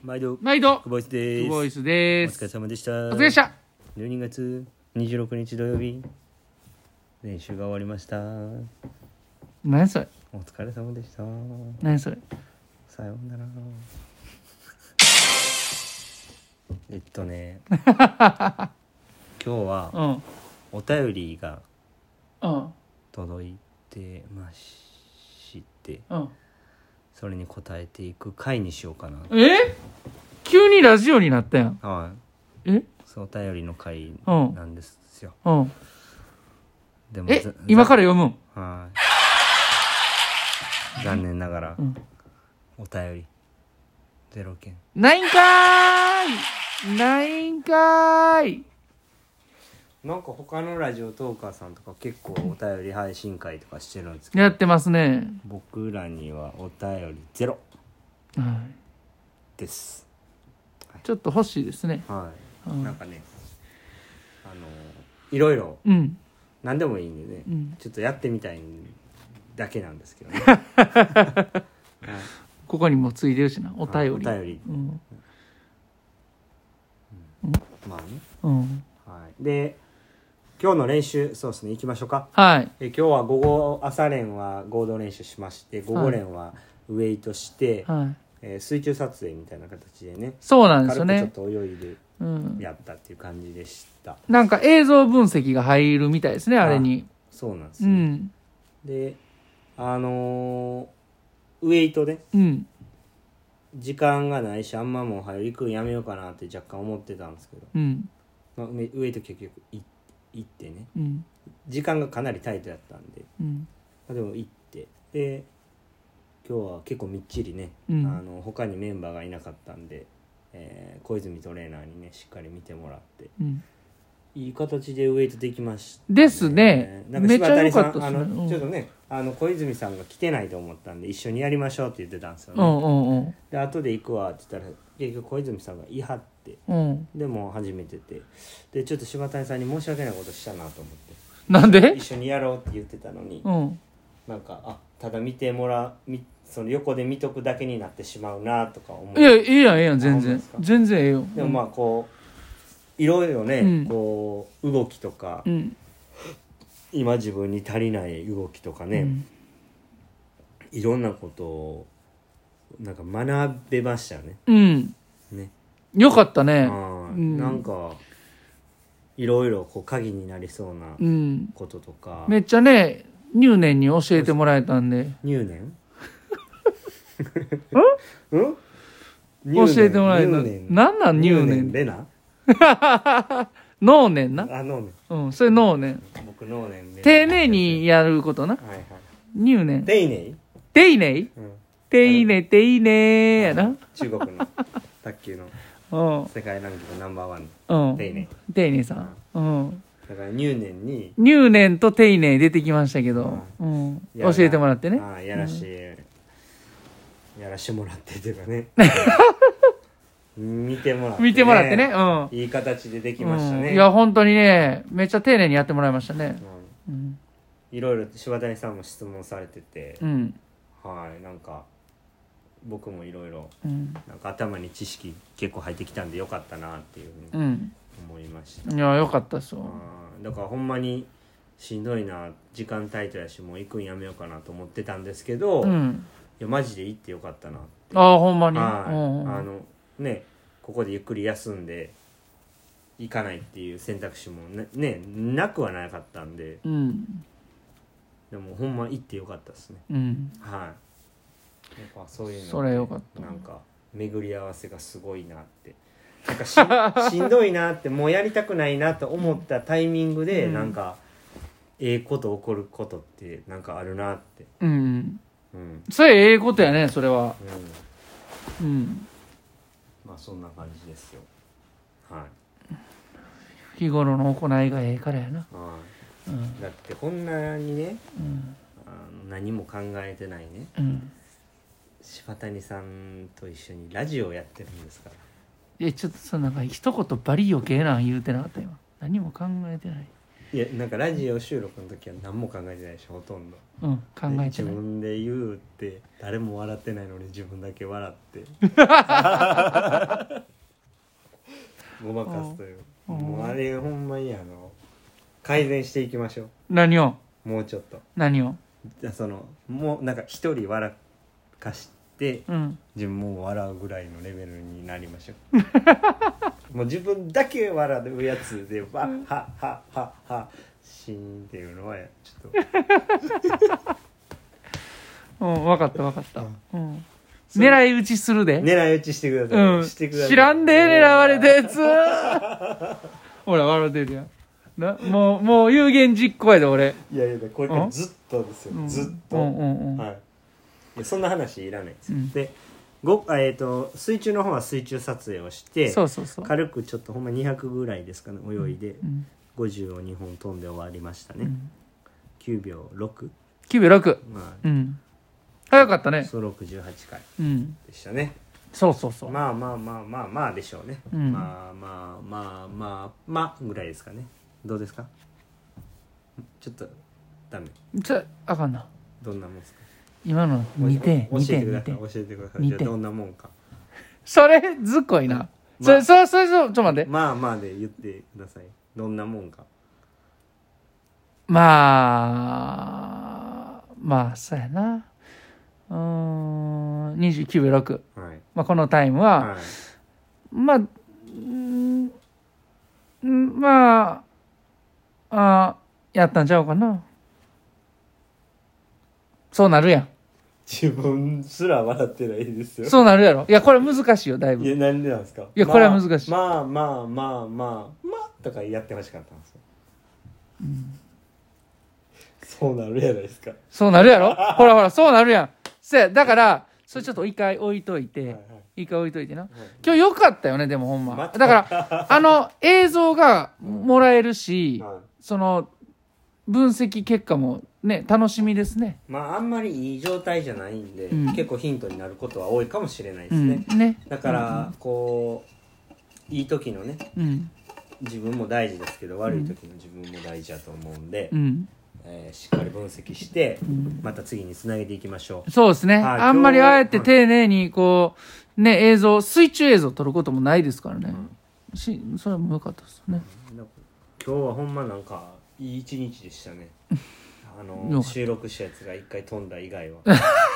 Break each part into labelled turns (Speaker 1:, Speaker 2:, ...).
Speaker 1: 毎度
Speaker 2: 久
Speaker 1: ボイスです。
Speaker 2: 保井スです。
Speaker 1: お疲れ様でした。
Speaker 2: お疲れでした。
Speaker 1: 12月26日土曜日、練習が終わりました。
Speaker 2: 何それ。
Speaker 1: お疲れ様でした。
Speaker 2: 何それ。
Speaker 1: さようなら。今日はお便りが届いてまして、それに答えていく回にしようかな。
Speaker 2: 急にラジオになったやん。
Speaker 1: はい。そう、お便りの回なんですよ。でも
Speaker 2: 今から読むん。
Speaker 1: はい。残念ながら、お便り0件。
Speaker 2: ないんかーい。
Speaker 1: なんか他のラジオトーカーさんとか結構お便り配信会とかしてるんですけど、
Speaker 2: やってますね。
Speaker 1: 僕らにはお便り0です。
Speaker 2: ちょっと欲しいですね。
Speaker 1: はい。なんかね、いろいろ何でもいいんでね、ちょっとやってみたいだけなんですけどね。
Speaker 2: ここにもついてるしな、お便り。
Speaker 1: まあね。はい。で、今日の練習、そうですね、行きましょうか。
Speaker 2: はい。
Speaker 1: 今日は朝練は合同練習しまして、午後練はウェイトして、水中撮影みたいな形でね、
Speaker 2: そうなんですよね。
Speaker 1: 軽くちょっと泳いでやったっていう感じでした。
Speaker 2: なんか映像分析が入るみたいですね、あれに。
Speaker 1: そうなんですよ。で、ウエイトで、時間がないし、あんまもう早く行くんやめようかなって若干思ってたんですけど、ウエイト結局行ってね、時間がかなりタイトやったんで、でも行って、で今日は結構みっちりね、他にメンバーがいなかったんで、小泉トレーナーにねしっかり見てもらって、いい形でウエイトできました、
Speaker 2: ですね。
Speaker 1: なんか
Speaker 2: めっちゃ良かったですね。
Speaker 1: ちょっとね、小泉さんが来てないと思ったんで一緒にやりましょうって言ってたんですよね。で後で行くわって言ったら結局小泉さんが言い張って、でも始めてて、でちょっと柴谷さんに申し訳ないことしたなと思って。
Speaker 2: なんで？
Speaker 1: 一緒にやろうって言ってたのに、なんかただ見てもらう、その横で見とくだけになってしまうなとか思う。
Speaker 2: いや、ええやん全然ええよ。
Speaker 1: でもまあこういろいろね、こう動きとか、今自分に足りない動きとかね、いろんなことをなんか学べましたよね。ね。
Speaker 2: よかったね。
Speaker 1: なんかいろいろこう鍵になりそうなこととか、
Speaker 2: めっちゃね入念に教えてもらえたんで。
Speaker 1: 入念
Speaker 2: 教えてもらえた。なんなん入念
Speaker 1: レナ
Speaker 2: 脳年な。
Speaker 1: 脳年。
Speaker 2: それ脳年。
Speaker 1: 僕脳年
Speaker 2: 丁寧にやることな。入念。
Speaker 1: 丁寧
Speaker 2: やな。
Speaker 1: 中国の卓球の世界ランキングナンバーワンの丁寧さん。だから入念
Speaker 2: と丁寧出てきましたけど、教えてもらってね。
Speaker 1: やらしてもらってというかね。見てもらってね。いい形でできましたね。
Speaker 2: いや本当にね、めっちゃ丁寧にやってもらいましたね。
Speaker 1: いろいろ柴谷さんも質問されてて、なんか僕もいろいろなんか頭に知識結構入ってきたんでよかったなっていうふうに思いました。
Speaker 2: いやよかったですよ。
Speaker 1: だからほんまにしんどいな、時間タイトやしもう行くんやめようかなと思ってたんですけど、いやマジで行ってよかったなって。
Speaker 2: ほんまに。
Speaker 1: ね、ここでゆっくり休んで行かないっていう選択肢も ねなくはなかったんで、でもほんま行ってよかったですね。やっぱそういうの
Speaker 2: それよかった。
Speaker 1: なんか巡り合わせがすごいなって、なんかしんどいなってもうやりたくないなと思ったタイミングで、なんかこと起こることってなんかあるなって。それええことやね、それは。まあそんな感じですよ。
Speaker 2: 日頃の行いがええからやな。
Speaker 1: だってこんなにね、何も考えてないね、柴谷さんと一緒にラジオをやってるんですから。
Speaker 2: ちょっとなんか一言バリ余計なん言うてなかった今。何も考えてない。
Speaker 1: いやなんかラジオ収録の時は何も考えてないしほとんど
Speaker 2: 考えてない
Speaker 1: 自分で言うって誰も笑ってないのに自分だけ笑ってごまかすというもうあれほんまに改善していきましょう。
Speaker 2: 何を
Speaker 1: もうちょっと
Speaker 2: 何を
Speaker 1: もうなんか一人笑かして、自分も笑うぐらいのレベルになりましょうもう自分だけ笑うやつでわっはっはっはっはシーンっていうのはちょっと
Speaker 2: 分かった分かった、狙い撃ちするで
Speaker 1: 狙い撃ちしてください、してください。
Speaker 2: 知らんで狙われたやつほら笑ってるやんもう有言実行やで俺。
Speaker 1: いやいやこれからずっとですよ、ずっと、はい、そんな話いらないです、で水中の方は水中撮影をして
Speaker 2: そう
Speaker 1: 軽くちょっとほんま200ぐらいですかね泳いで、50を2本飛んで終わりましたね、9秒6、
Speaker 2: 早かったね。
Speaker 1: そう68回でしたね、
Speaker 2: そう
Speaker 1: まあでしょうね、まあぐらいですかね。どうですか？ちょっとダメ。
Speaker 2: あかんな。
Speaker 1: どんなもんですか？
Speaker 2: 今の2点
Speaker 1: 教えてください。じゃあどんなもんか。
Speaker 2: それずっこいな。それちょっと待って。
Speaker 1: まあで言ってください。どんなもんか。
Speaker 2: まあそうやな。29秒6、このタイムは、やったんちゃうかな。そうなるやん。
Speaker 1: 自分すら笑ってないですよ。
Speaker 2: そうなるやろ。いやこれ難しいよだいぶ。
Speaker 1: いやなんでなんですか。
Speaker 2: いやこれは難しい。
Speaker 1: まあとかやってほしかったんですよ。そうなるやないですか。
Speaker 2: そうなるやろ。ほらそうなるやん。だからそれちょっと一回置いといて、な。今日良かったよねでもほんま。だから映像がもらえるし、その分析結果もね楽しみですね。
Speaker 1: あんまりいい状態じゃないんで、結構ヒントになることは多いかもしれないですね。だからこういい時のね、自分も大事ですけど悪い時の自分も大事だと思うんで。しっかり分析してまた次につなげていきましょう。
Speaker 2: そうですね。あんまりあえて丁寧にこうね水中映像を撮ることもないですからね。それも良かったですね。
Speaker 1: 今日はほんまなんかいい一日でしたね。収録したやつが一回飛んだ以外は。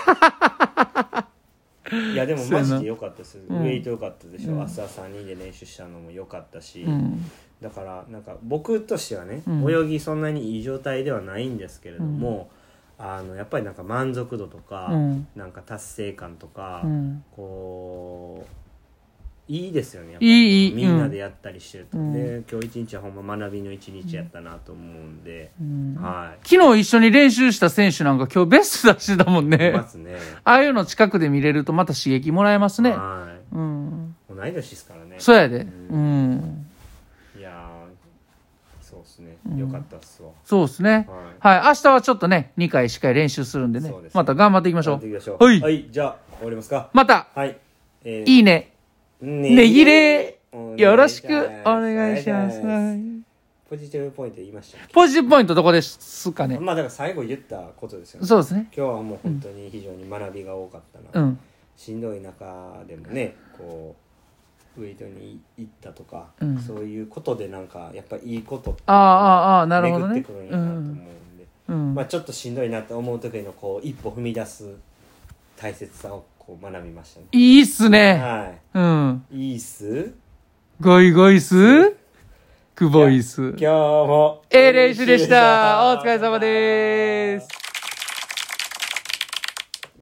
Speaker 1: いやでもマジで良かったです。ウェイト良かったでしょ。朝3人で練習したのも良かったし。だからなんか僕としてはね、泳ぎそんなにいい状態ではないんですけれども、やっぱりなんか満足度とか、なんか達成感とか、こういいですよね。やっぱりみんなでやったりしてると、で今日一日はほんま学びの一日やったなと思うんで、
Speaker 2: 昨日一緒に練習した選手なんか今日ベスト出してたもんね。ああいうの近くで見れるとまた刺激もらえますね。
Speaker 1: 同い年ですからね。
Speaker 2: そうやで。
Speaker 1: いやそうですね。よかったっすわ。
Speaker 2: そうですね。はい。明日はちょっとね2回しっかり練習するんでね。また頑張っていきましょう。
Speaker 1: はい。じゃあ終わりますか。
Speaker 2: また。
Speaker 1: はい。
Speaker 2: いいね。ねぎれよろしくお願いします。
Speaker 1: ポジティブポイント言いましたっけ？
Speaker 2: ポジティブポイントどこですかね。
Speaker 1: だから最後言ったことですよね。
Speaker 2: そうですね。
Speaker 1: 今日はもう本当に非常に学びが多かったな。しんどい中でもねこうウェイトに行ったとか、そういうことでなんかやっぱいいことって巡ってくるんやなと思うんで、ちょっとしんどいなって思う時のこう一歩踏み出す大切さをこう学びましたね。
Speaker 2: いいっすね。
Speaker 1: はい。いいっす。
Speaker 2: ゴイゴイス。クボイス。
Speaker 1: 今日も
Speaker 2: 練習でした。お疲れ様です。